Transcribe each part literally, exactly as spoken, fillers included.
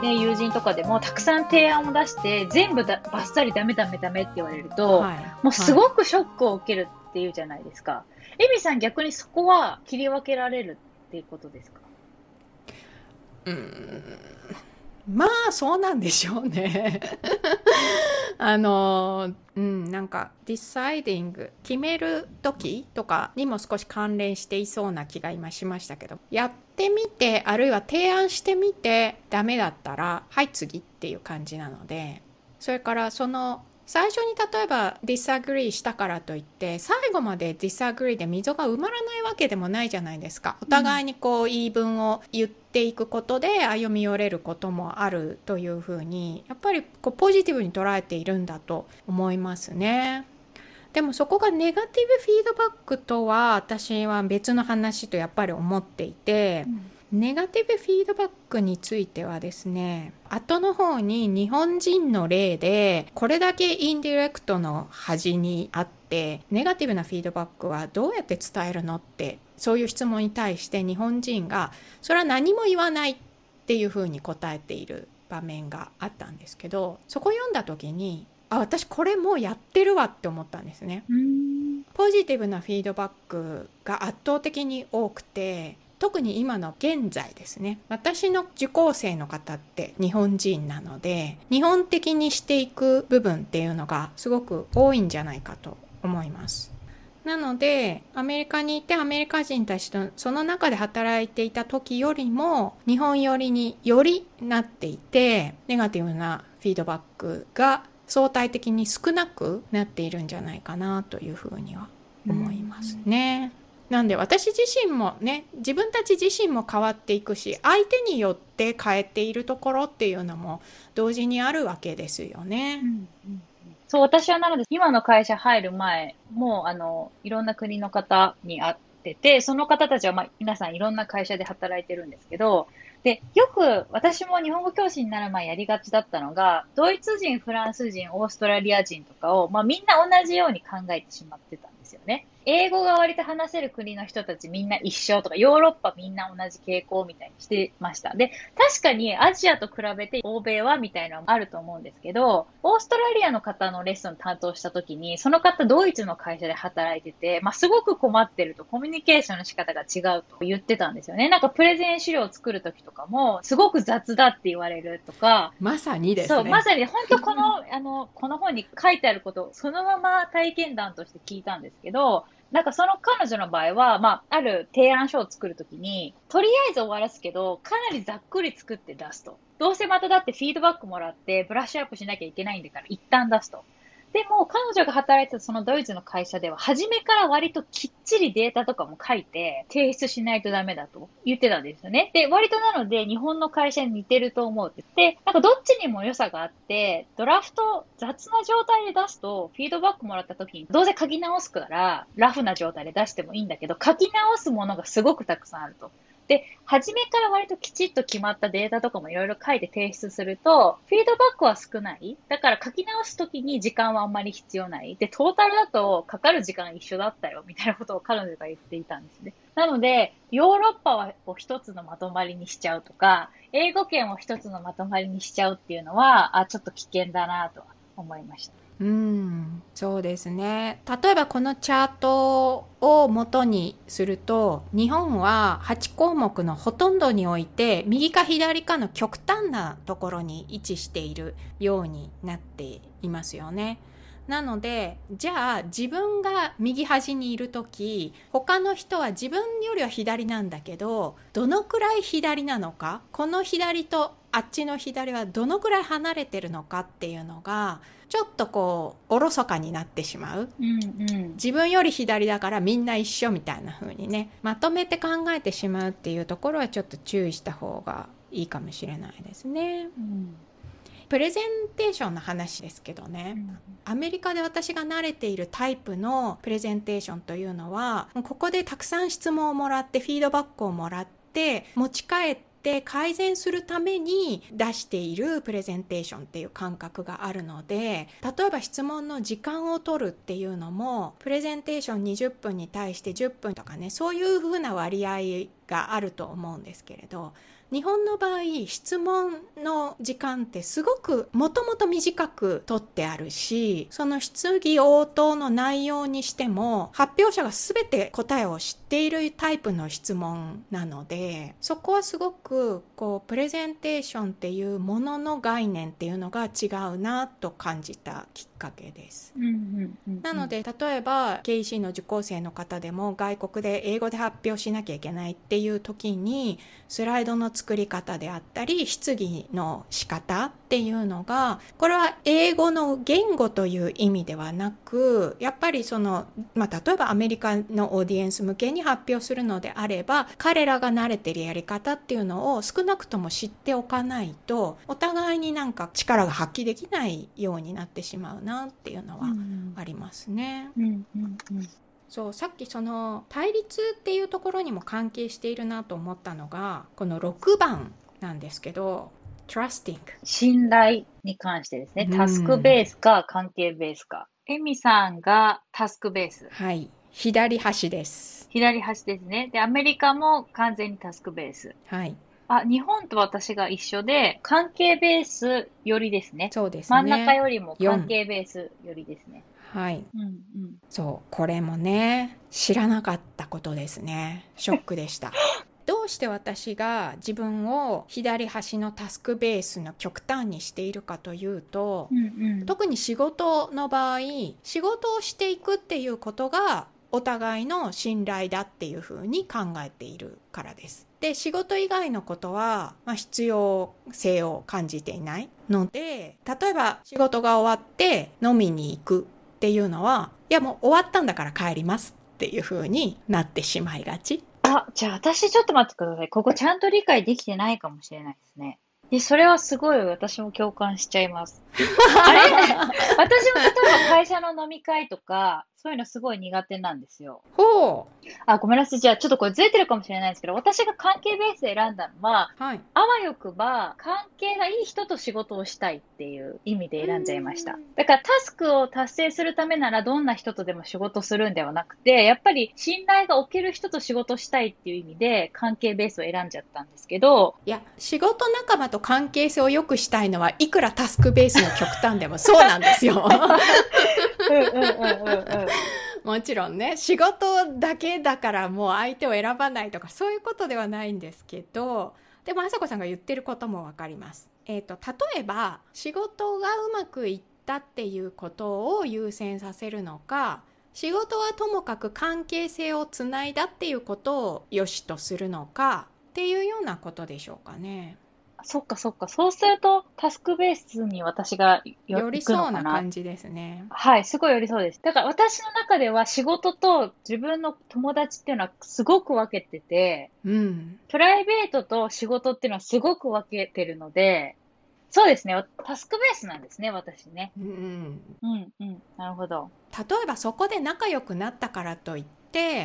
ね、友人とかでもたくさん提案を出して全部だバッサリダメダメダメって言われると、はい、もうすごくショックを受けるっていうじゃないですか。エミさん逆にそこは切り分けられるっていうことですか？ うーん、まあそうなんでしょうねあのうんなんか deciding 決める時とかにも少し関連していそうな気が今しましたけど、やってみてあるいは提案してみてダメだったらはい次っていう感じなので、それからその最初に例えば disagree したからといって最後まで disagree で溝が埋まらないわけでもないじゃないですか。お互いにこう言い分を言っていくことで歩み寄れることもあるというふうにやっぱりこうポジティブに捉えているんだと思いますね。でもそこがネガティブフィードバックとは私は別の話とやっぱり思っていて、うんネガティブフィードバックについてはですね、後の方に日本人の例でこれだけインディレクトの端にあってネガティブなフィードバックはどうやって伝えるのってそういう質問に対して日本人がそれは何も言わないっていうふうに答えている場面があったんですけど、そこ読んだ時にあ私これもうやってるわって思ったんですね。ポジティブなフィードバックが圧倒的に多くて、特に今の現在ですね、私の受講生の方って日本人なので日本的にしていく部分っていうのがすごく多いんじゃないかと思います。なのでアメリカにいてアメリカ人たちとその中で働いていた時よりも日本寄りによりなっていて、ネガティブなフィードバックが相対的に少なくなっているんじゃないかなというふうには思いますね。なんで私自身もね、自分たち自身も変わっていくし、相手によって変えているところっていうのも同時にあるわけですよね。 うんうんうん、そう、私はなので今の会社入る前もあのいろんな国の方に会ってて、その方たちは、まあ、皆さんいろんな会社で働いてるんですけど、でよく私も日本語教師になる前やりがちだったのが、ドイツ人、フランス人、オーストラリア人とかを、まあ、みんな同じように考えてしまってたんですよね。英語が割と話せる国の人たちみんな一緒とか、ヨーロッパみんな同じ傾向みたいにしてました。で、確かにアジアと比べて欧米はみたいなのもあると思うんですけど、オーストラリアの方のレッスン担当した時に、その方ドイツの会社で働いてて、まあ、すごく困ってると、コミュニケーションの仕方が違うと言ってたんですよね。なんかプレゼン資料を作る時とかも、すごく雑だって言われるとか。 まさにですね。 そう、まさに本当この、あの、この本に書いてあることをそのまま体験談として聞いたんですけど、なんかその彼女の場合は、まあ、ある提案書を作るときに、とりあえず終わらすけど、かなりざっくり作って出すと。どうせまただってフィードバックもらって、ブラッシュアップしなきゃいけないんだから、一旦出すと。でも、彼女が働いてたそのドイツの会社では、初めから割ときっちりデータとかも書いて、提出しないとダメだと言ってたんですよね。で、割となので、日本の会社に似てると思うって言って、なんかどっちにも良さがあって、ドラフト、雑な状態で出すと、フィードバックもらった時に、どうせ書き直すから、ラフな状態で出してもいいんだけど、書き直すものがすごくたくさんあると。で、初めから割ときちっと決まったデータとかもいろいろ書いて提出すると、フィードバックは少ない。だから書き直すときに時間はあんまり必要ない。で、トータルだとかかる時間一緒だったよ、みたいなことを彼女が言っていたんですね。なので、ヨーロッパを一つのまとまりにしちゃうとか、英語圏を一つのまとまりにしちゃうっていうのは、あ、ちょっと危険だなとは思いました。 うん、そうですね。例えばこのチャートを元にすると、日本ははち項目のほとんどにおいて右か左かの極端なところに位置しているようになっていますよね。なので、じゃあ自分が右端にいるとき、他の人は自分よりは左なんだけど、どのくらい左なのか、この左とあっちの左はどのくらい離れてるのかっていうのが、ちょっとこうおろそかになってしまう、 うんうん、 自分より左だからみんな一緒みたいな風にね、まとめて考えてしまうっていうところはちょっと注意した方がいいかもしれないですね。うん、プレゼンテーションの話ですけどね、うん、アメリカで私が慣れているタイプのプレゼンテーションというのは、ここでたくさん質問をもらってフィードバックをもらって持ち帰ってで改善するために出しているプレゼンテーションっていう感覚があるので、例えば質問の時間を取るっていうのもプレゼンテーションにじゅっぷんに対してじゅっぷんとかね、そういう風な割合があると思うんですけれど、 日本の場合質問の時間ってすごくもともと短く取ってあるし、その質疑応答の内容にしても発表者が全て答えを知っているタイプの質問なので、そこはすごくこうプレゼンテーションっていうものの概念っていうのが違うなと感じたきっかけです、 うんうんうんうん、 なので例えば ケーイーシー の受講生の方でも外国で英語で発表しなきゃいけないっていう時にスライドの作り方であったり質疑の仕方っていうのが、これは英語の言語という意味ではなく、やっぱりその、まあ、例えばアメリカのオーディエンス向けに発表するのであれば、彼らが慣れてるやり方っていうのを少なくとも知っておかないと、お互いになんか力が発揮できないようになってしまうなっていうのはありますね、 うんうんうんうん、 そう、さっきその対立っていうところにも関係しているなと思ったのが、このろくばんなんですけど、trusting、 信頼に関してですね。タスクベースか関係ベースか。エミさんがタスクベース。 はい、左端です。 左端ですね。で、アメリカも完全にタスクベース。 はい。 あ、日本と私が一緒で、関係ベースよりですね。 そうですね。 真ん中よりも関係ベースよりですね。 はい、 うんうん、 そう、これもね、知らなかったことですね。ショックでした。どうして私が自分を左端のタスクベースの極端にしているかというと、 うんうん、 特に仕事の場合、仕事をしていくっていうことがお互いの信頼だっていうふうに考えているからです。で、仕事以外のことは、まあ、必要性を感じていないので、例えば仕事が終わって飲みに行くっていうのは、いやもう終わったんだから帰りますっていうふうになってしまいがち。 あ、じゃあ私ちょっと待ってください。ここちゃんと理解できてないかもしれないですね。で、それはすごい私も共感しちゃいます。あれ私も例えば会社の飲み会とか、そういうのすごい苦手なんですよ。 ほう。 あ、ごめんなさい。じゃあちょっとこれずれてるかもしれないですけど、私が関係ベースで選んだのは、 はい、 あわよくば関係がいい人と仕事をしたいっていう意味で選んじゃいました。だからタスクを達成するためならどんな人とでも仕事するんではなくて、やっぱり信頼がおける人と仕事したいっていう意味で関係ベースを選んじゃったんですけど、 いや、仕事仲間と関係性を良くしたいのはいくらタスクベースの極端でもそうなんですよ。 うんうんうんうんうん。 もちろんね、仕事だけだからもう相手を選ばないとかそういうことではないんですけど、でもあさこさんが言ってることもわかります。えーと、例えば仕事がうまくいったっていうことを優先させるのか、仕事はともかく関係性をつないだっていうことを良しとするのかっていうようなことでしょうかね。 そっかそっか。そうすると、タスクベースに私がよ寄りそうな感じですね。 はい、すごい寄りそうです。だから私の中では仕事と自分の友達っていうのはすごく分けてて、 うん、 プライベートと仕事っていうのはすごく分けてるので、そうですね。タスクベースなんですね、私ね。 うん、 うんうん。なるほど。 例えばそこで仲良くなったからといって、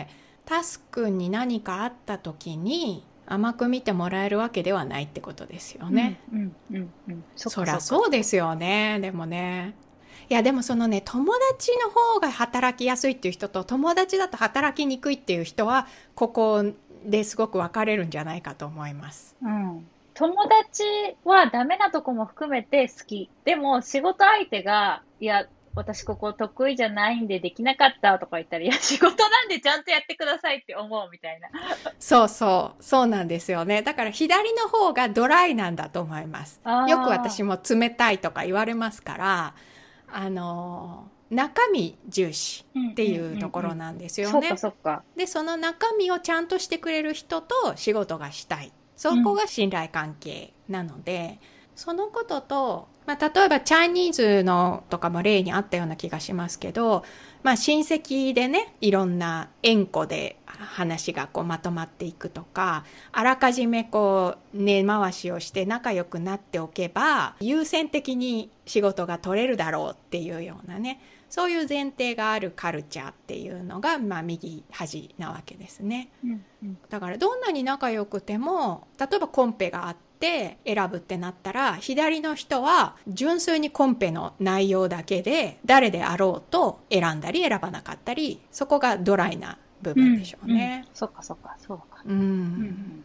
タスクに何かあった時に、甘く見てもらえるわけではないってことですよね。 うんうんうんうん。そ, そりゃそうですよね。でもね、いやでもそのね、友達の方が働きやすいっていう人と友達だと働きにくいっていう人はここですごく分かれるんじゃないかと思います。 うん。友達はダメなとこも含めて好き。でも仕事相手がいや私ここ得意じゃないんでできなかったとか言ったら、いや仕事なんでちゃんとやってくださいって思うみたいな。 そうそうそうなんですよね。だから左の方がドライなんだと思います。よく私も冷たいとか言われますから、あの中身重視っていうところなんですよね。 うんうんうんうん、そっかそっか。 でその中身をちゃんとしてくれる人と仕事がしたい、そこが信頼関係なので、うん、そのことと、まあ、例えばチャイニーズのとかも例にあったような気がしますけど、まあ、親戚でね、いろんな縁故で話がこうまとまっていくとか、あらかじめこう根回しをして仲良くなっておけば優先的に仕事が取れるだろうっていうようなね、そういう前提があるカルチャーっていうのが、まあ、右端なわけですね、うんうん、だからどんなに仲良くても、例えばコンペがあって選ぶってなったら、左の人は純粋にコンペの内容だけで誰であろうと選んだり選ばなかったり、そこがドライな部分でしょうね、 うんうん、そっかそっかそうか、 うん、うんうん、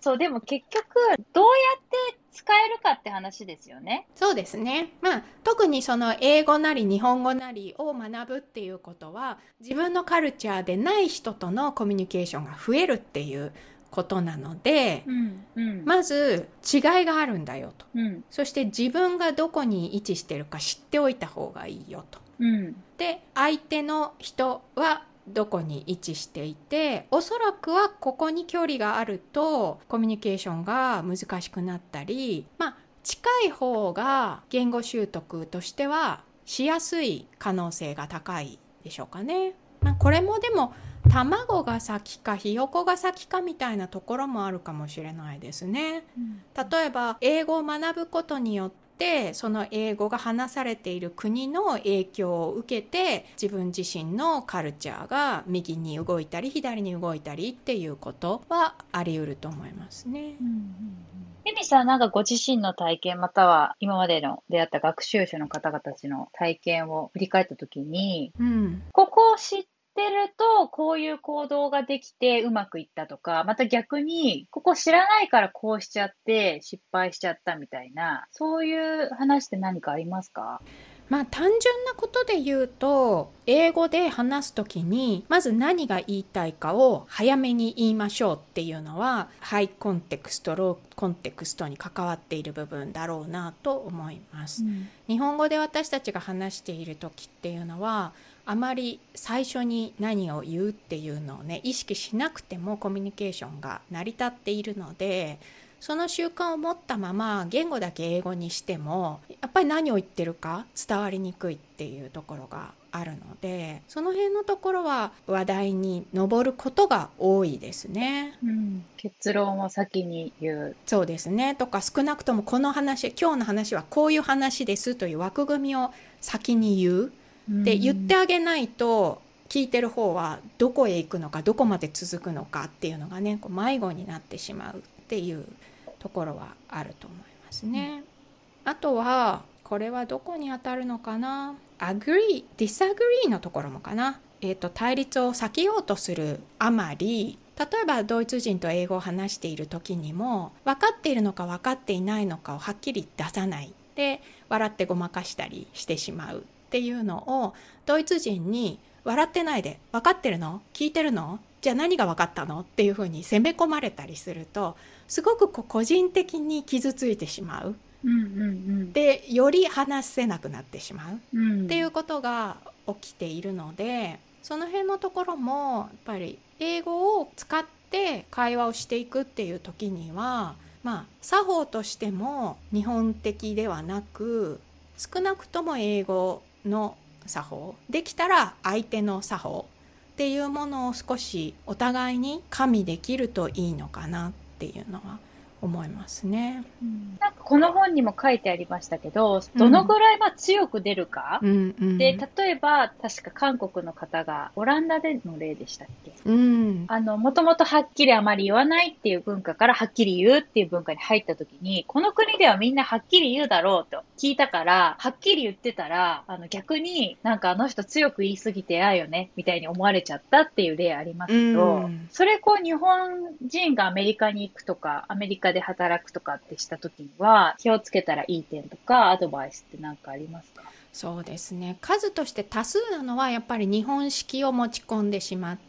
そう、でも結局、どうやって使えるかって話ですよね。 そうですね。まあ、特にその英語なり日本語なりを学ぶっていうことは、自分のカルチャーでない人とのコミュニケーションが増えるっていうことなので、 うんうん、 まず違いがあるんだよと、 うん、 そして自分がどこに位置してるか知っておいた方がいいよと、 うん、 で相手の人はどこに位置していて、おそらくはここに距離があるとコミュニケーションが難しくなったり、まあ近い方が言語習得としてはしやすい可能性が高いでしょうかね。まあ、これもでも卵が先かひよこが先かみたいなところもあるかもしれないですね。 うん、 例えば英語を学ぶことによってその英語が話されている国の影響を受けて自分自身のカルチャーが右に動いたり左に動いたりっていうことはあり得ると思いますね。 うんうんうん。エミさん、なんかご自身の体験、または今までの出会った学習者の方々たちの体験を振り返ったときに、 うん、 ここを知ってると、こういう行動ができてうまくいったとか、また逆に、ここ知らないからこうしちゃって失敗しちゃったみたいな、そういう話って何かありますか？ まあ単純なことで言うと、英語で話すときにまず何が言いたいかを早めに言いましょうっていうのは、ハイコンテクストローコンテクストに関わっている部分だろうなと思います、うん、日本語で私たちが話しているときっていうのはあまり最初に何を言うっていうのをね意識しなくてもコミュニケーションが成り立っているので、その習慣を持ったまま言語だけ英語にしてもやっぱり何を言ってるか伝わりにくいっていうところがあるので、その辺のところは話題に上ることが多いですね、 うん、結論を先に言う。 そうですね。とか少なくともこの話、今日の話はこういう話ですという枠組みを先に言う、うん、で言ってあげないと聞いてる方はどこへ行くのかどこまで続くのかっていうのがねこう迷子になってしまうっていうところはあると思いますね、うん、あとはこれはどこに当たるのかな、 agree disagree のところもかな、えーと、対立を避けようとするあまり、例えばドイツ人と英語を話している時にも分かっているのか分かっていないのかをはっきり出さないで笑ってごまかしたりしてしまうっていうのをドイツ人に笑ってないで分かってるの聞いてるのじゃあ何が分かったのっていうふうに攻め込まれたりするとすごくこう個人的に傷ついてしまう、うんうんうん、でより話せなくなってしまう、うん、っていうことが起きているので、その辺のところもやっぱり英語を使って会話をしていくっていう時には、まあ作法としても日本的ではなく少なくとも英語の作法できたら相手の作法っていうものを少しお互いに加味できるといいのかなっていうのは思いますね、 うん、なんかこの本にも書いてありましたけど、どのぐらいまあ強く出るか、うんうん、で例えば確か韓国の方がオランダでの例でしたっけ、うん、あのもともとはっきりあまり言わないっていう文化からはっきり言うっていう文化に入った時に、この国ではみんなはっきり言うだろうと聞いたから、はっきり言ってたらあの逆になんかあの人強く言い過ぎてやよねみたいに思われちゃったっていう例ありますけど、うん、それこう日本人がアメリカに行くとかアメリカで働くとかってした時には気をつけたらいい点とかアドバイスって何かありますか？ そうですね、数として多数なのはやっぱり日本式を持ち込んでしまって、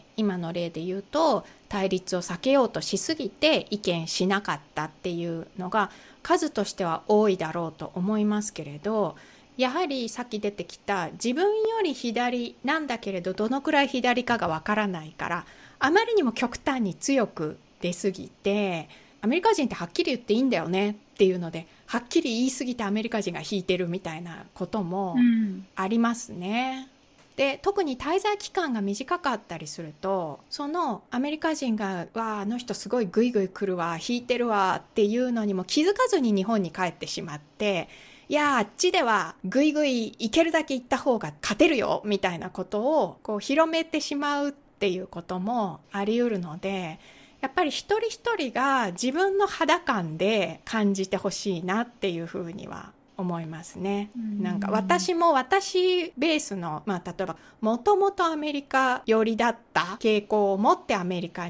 今の例で言うと対立を避けようとしすぎて意見しなかったっていうのが数としては多いだろうと思いますけれど、やはりさっき出てきた自分より左なんだけれどどのくらい左かがわからないからあまりにも極端に強く出すぎて、アメリカ人ってはっきり言っていいんだよねっていうのではっきり言い過ぎてアメリカ人が引いてるみたいなこともありますね、うん、で特に滞在期間が短かったりするとそのアメリカ人がわああの人すごいグイグイ来るわ引いてるわっていうのにも気づかずに日本に帰ってしまって、いやあっちではグイグイ行けるだけ行った方が勝てるよみたいなことをこう広めてしまうっていうこともあり得るので、やっぱり一人一人が自分の肌感で感じてほしいなっていうふうには思いますね。なんか私も私ベースの、まあ、例えばもともとアメリカ寄りだった傾向を持ってアメリカに行っ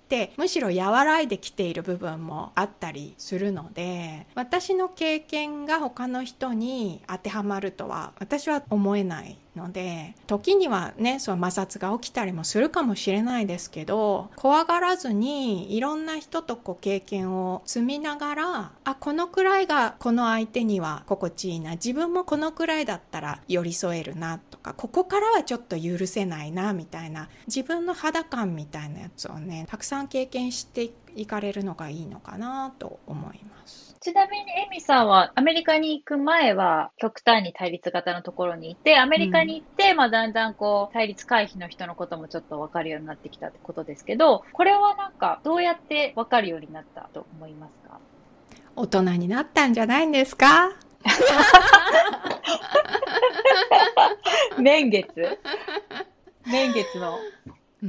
ってむしろ和らいできている部分もあったりするので、私の経験が他の人に当てはまるとは私は思えないので、時にはね、その摩擦が起きたりもするかもしれないですけど、怖がらずにいろんな人とこう経験を積みながら、あ、このくらいがこの相手には心地いいな、自分もこのくらいだったら寄り添えるなとか、ここからはちょっと許せないなみたいな、自分の肌感みたいなやつをね、たくさん経験していかれるのがいいのかなと思います。 ちなみにエミさんはアメリカに行く前は極端に対立型のところにいて、アメリカに行って、うん、まあだんだんこう対立回避の人のこともちょっと分かるようになってきたってことですけど、これはなんかどうやって分かるようになったと思いますか？ 大人になったんじゃないんですか？ 年月年月の、 うん、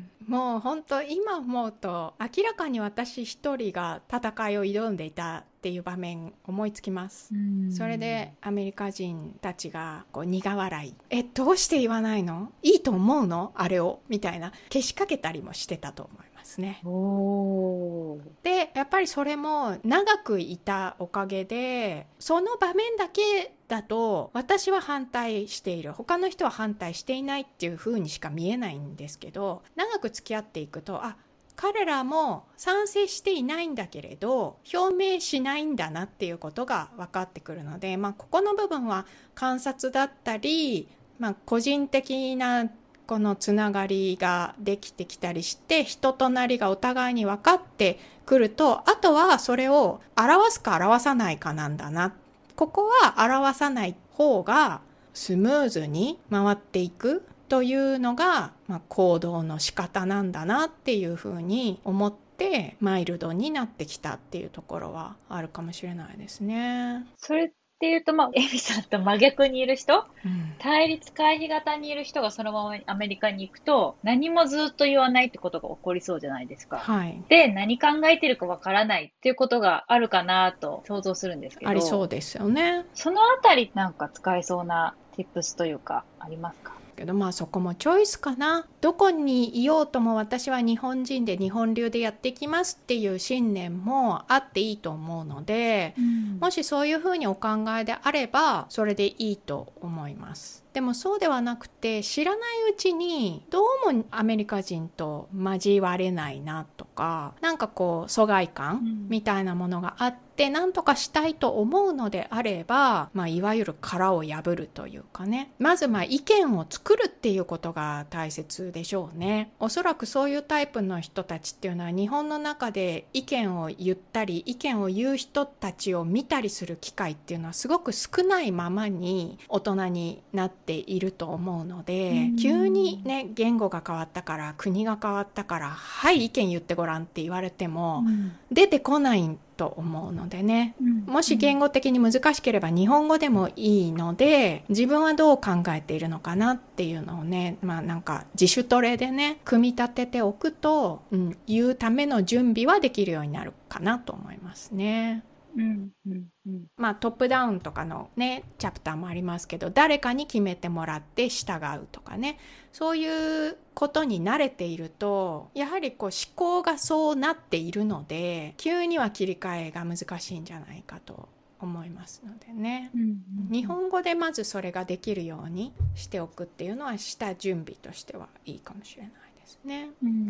もう本当今思うと明らかに私一人が戦いを挑んでいたっていう場面思いつきます。それでアメリカ人たちがこう苦笑い、えどうして言わないの、いいと思うのあれをみたいな、けしかけたりもしてたと思いますね。 おでやっぱりそれも長くいたおかげで、その場面だけだと私は反対している、他の人は反対していないっていう風にしか見えないんですけど、長く付き合っていくと、あ、彼らも賛成していないんだけれど表明しないんだなっていうことが分かってくるので、まあ、ここの部分は観察だったり、まあ、個人的なこのつながりができてきたりして、人となりがお互いに分かってくると、あとはそれを表すか表さないかなんだな、ここは表さない方がスムーズに回っていくというのが、まあ、行動の仕方なんだなっていうふうに思ってマイルドになってきたっていうところはあるかもしれないですね。 それっていうと、まあ、エミさんと真逆にいる人、 うん、 対立回避型にいる人がそのままアメリカに行くと何もずっと言わないってことが起こりそうじゃないですか。 はい、 で、何考えてるかわからないっていうことがあるかなと想像するんですけど。 ありそうですよね。 そのあたりなんか使えそうな tips というかありますか？ けどまあそこもチョイスかな。どこにいようとも私は日本人で日本流でやっていきますっていう信念もあっていいと思うので、うん、もしそういうふうにお考えであればそれでいいと思います。でもそうではなくて、知らないうちにどうもアメリカ人と交われないなとか、なんかこう疎外感みたいなものがあって、なんとかしたいと思うのであれば、まあ、いわゆる殻を破るというかね、まずまあ意見を作るっていうことが大切でしょうね。おそらくそういうタイプの人たちっていうのは日本の中で意見を言ったり意見を言う人たちを見たりする機会っていうのはすごく少ないままに大人になっていると思うので、急にね言語が変わったから国が変わったからはい意見言ってごらんって言われても出てこないと思うのでね、うん、もし言語的に難しければ日本語でもいいので、自分はどう考えているのかなっていうのをね、まあなんか自主トレでね組み立てておくと、うん、言うための準備はできるようになるかなと思いますね。 うんうんうん、 まあトップダウンとかのねチャプターもありますけど、誰かに決めてもらって従うとかね、そういうことに慣れているとやはりこう思考がそうなっているので、急には切り替えが難しいんじゃないかと思いますのでね、うんうんうん、日本語でまずそれができるようにしておくっていうのは下準備としてはいいかもしれないですね、うんうん、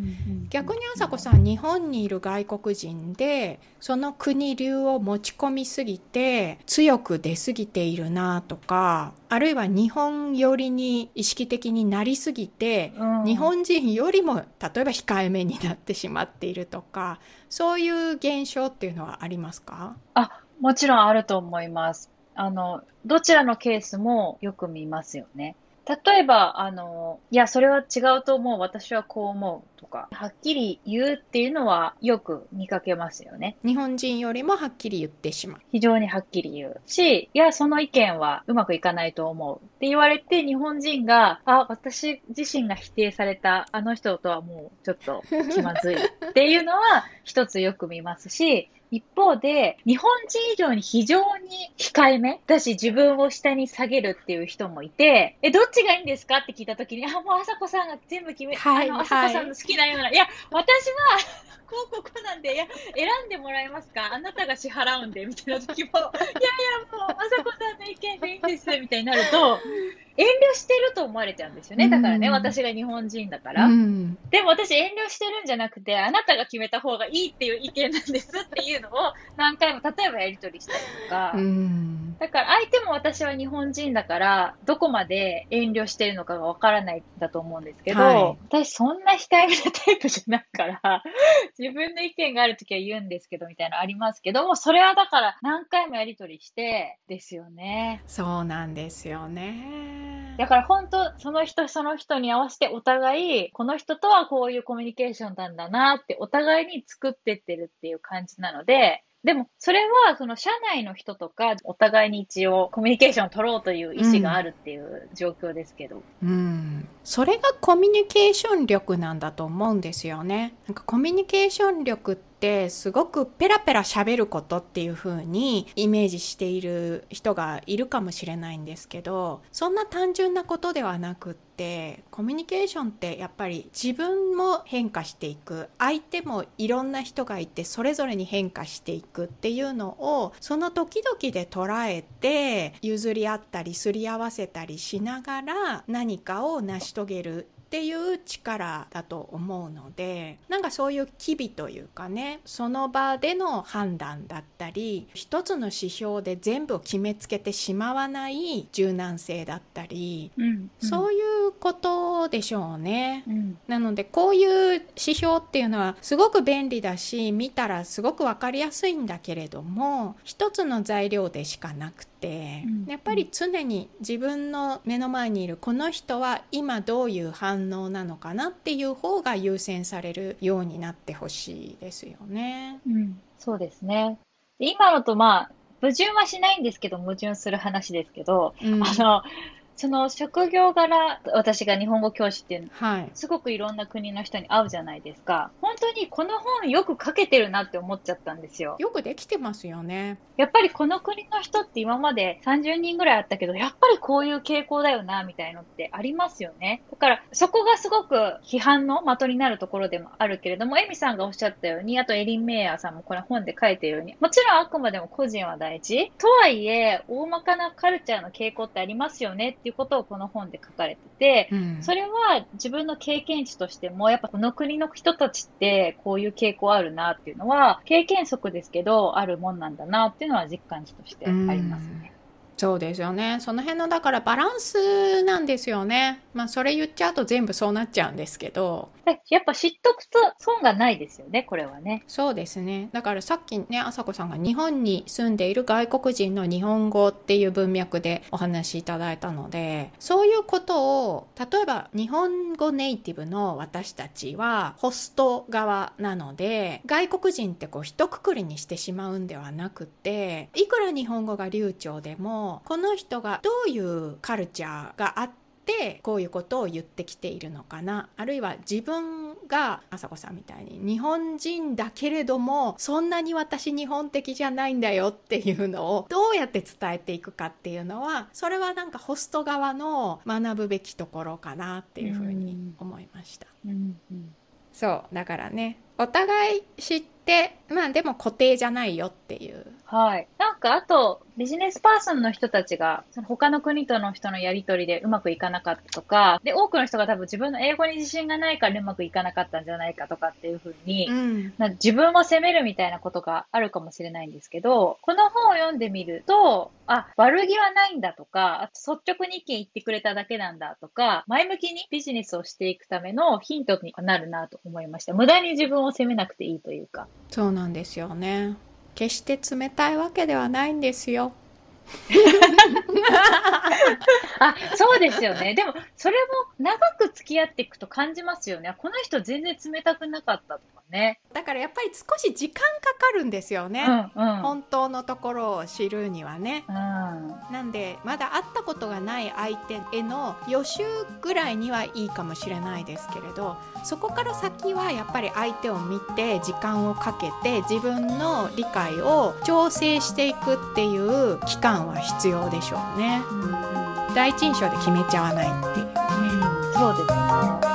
逆に朝子さん、日本にいる外国人でその国流を持ち込みすぎて強く出すぎているなとか、あるいは日本寄りに意識的になりすぎて、うん、日本人よりも例えば控えめになってしまっているとか、そういう現象っていうのはありますか？ あ、もちろんあると思います。あの、どちらのケースもよく見ますよね。例えば、あの、いや、それは違うと思う、私はこう思うとか、はっきり言うっていうのはよく見かけますよね。 日本人よりもはっきり言ってしまう。 非常にはっきり言うし、いや、その意見はうまくいかないと思うって言われて、日本人が、あ、私自身が否定されたあの人とはもうちょっと気まずいっていうのは一つよく見ますし、 一方で、日本人以上に非常に控えめだし、自分を下に下げるっていう人もいて、え、どっちがいいんですかって聞いたときに、あ、もう朝子さんが全部決め、 はいあの、朝子さんの好きなような、いや、私は、こうこうこうなんで、いや、選んでもらえますか、あなたが支払うんで、みたいな時も、いやいや、もう、朝子さんの意見でいいんです、みたいになると、遠慮してると思われちゃうんですよね。だからね、 うん私が日本人だかうら。 んでも私遠慮してるんじゃなくて、あなたが決めた方がいいっていう意見なんですっていうのを何回も、例えばやり取りしたりとか、 うんだから相手も私は日本人だから、どこまで遠慮してるのかがわからないんだと思うんですけど、 はい、 私そんな控えめなタイプじゃないから、自分の意見があるときは言うんですけど、みたいなのありますけども、それはだから何回もやり取りしてですよね。 そうなんですよね。 だから本当、その人その人に合わせてお互い、この人とはこういうコミュニケーションなんだなってお互いに作ってってるっていう感じなので、でもそれはその社内の人とかお互いに一応コミュニケーションを取ろうという意思があるっていう状況ですけど。 うん、それがコミュニケーション力なんだと思うんですよね。なんかコミュニケーション力ってすごくペラペラ喋ることっていう風にイメージしている人がいるかもしれないんですけど、そんな単純なことではなくって、コミュニケーションってやっぱり自分も変化していく、相手もいろんな人がいてそれぞれに変化していくっていうのをその時々で捉えて譲り合ったりすり合わせたりしながら何かを成し遂げるっていう力だと思うので、なんかそういう機微というかね、その場での判断だったり、一つの指標で全部を決めつけてしまわない柔軟性だったり、 うんうん、 そういうことでしょうね、 うん、 なのでこういう指標っていうのはすごく便利だし、見たらすごくわかりやすいんだけれども、一つの材料でしかなくて、うん、やっぱり常に自分の目の前にいるこの人は今どういう反応なのかなっていう方が優先されるようになってほしいですよね。 うん、そうですね。で今のとまあ矛盾はしないんですけど、矛盾する話ですけど、うん、あのその職業柄、私が日本語教師っていうの、はい、すごくいろんな国の人に会うじゃないですか。本当にこの本よく書けてるなって思っちゃったんですよ。 よくできてますよね。 やっぱりこの国の人って今までさんじゅうにんぐらいあったけど、やっぱりこういう傾向だよな、みたいのってありますよね。だからそこがすごく批判の的になるところでもあるけれども、エミさんがおっしゃったように、あとエリン・メイヤーさんもこれ本で書いてるように、もちろんあくまでも個人は大事。とはいえ、大まかなカルチャーの傾向ってありますよねっていうことをこの本で書かれてて、うん、それは自分の経験値としても、やっぱこの国の人たちってこういう傾向あるなっていうのは、経験則ですけど、あるもんなんだなっていうのは実感値としてありますね。 そうですよね。その辺のだからバランスなんですよね。まあそれ言っちゃうと全部そうなっちゃうんですけど、 やっぱ知っとくと損がないですよね、これはね。 そうですね。だからさっきね、あさこさんが日本に住んでいる外国人の日本語っていう文脈でお話しいただいたので、そういうことを例えば日本語ネイティブの私たちはホスト側なので、外国人ってこう一括りにしてしまうんではなくて、いくら日本語が流暢でもこの人がどういうカルチャーがあってこういうことを言ってきているのかな、あるいは自分があさこさんみたいに日本人だけれどもそんなに私日本的じゃないんだよっていうのをどうやって伝えていくかっていうのは、それはなんかホスト側の学ぶべきところかなっていうふうに思いました。うんうん、そうだからね、お互い知ってまあでも固定じゃないよっていう。 はい。なんかあとビジネスパーソンの人たちがその他の国との人のやり取りでうまくいかなかったとか、で多くの人が多分自分の英語に自信がないからうまくいかなかったんじゃないかとかっていうふうに、うん、自分を責めるみたいなことがあるかもしれないんですけど、この本を読んでみると、あ、悪気はないんだとか、あと率直に意見言ってくれただけなんだとか、前向きにビジネスをしていくためのヒントになるなと思いました。無駄に自分を責めなくていいというか。 そうなんですよね。決して冷たいわけではないんですよ。 あ、そうですよね。でも、それも長く付き合っていくと感じますよね。この人全然冷たくなかったとかね。 だからやっぱり少し時間かかるんですよね、 うんうん。 本当のところを知るにはね。 うん。 なんでまだ会ったことがない相手への予習ぐらいにはいいかもしれないですけれど、そこから先はやっぱり相手を見て時間をかけて自分の理解を調整していくっていう期間は必要でしょうね。 うんうん。 第一印象で決めちゃわないっていうね。 そうですね。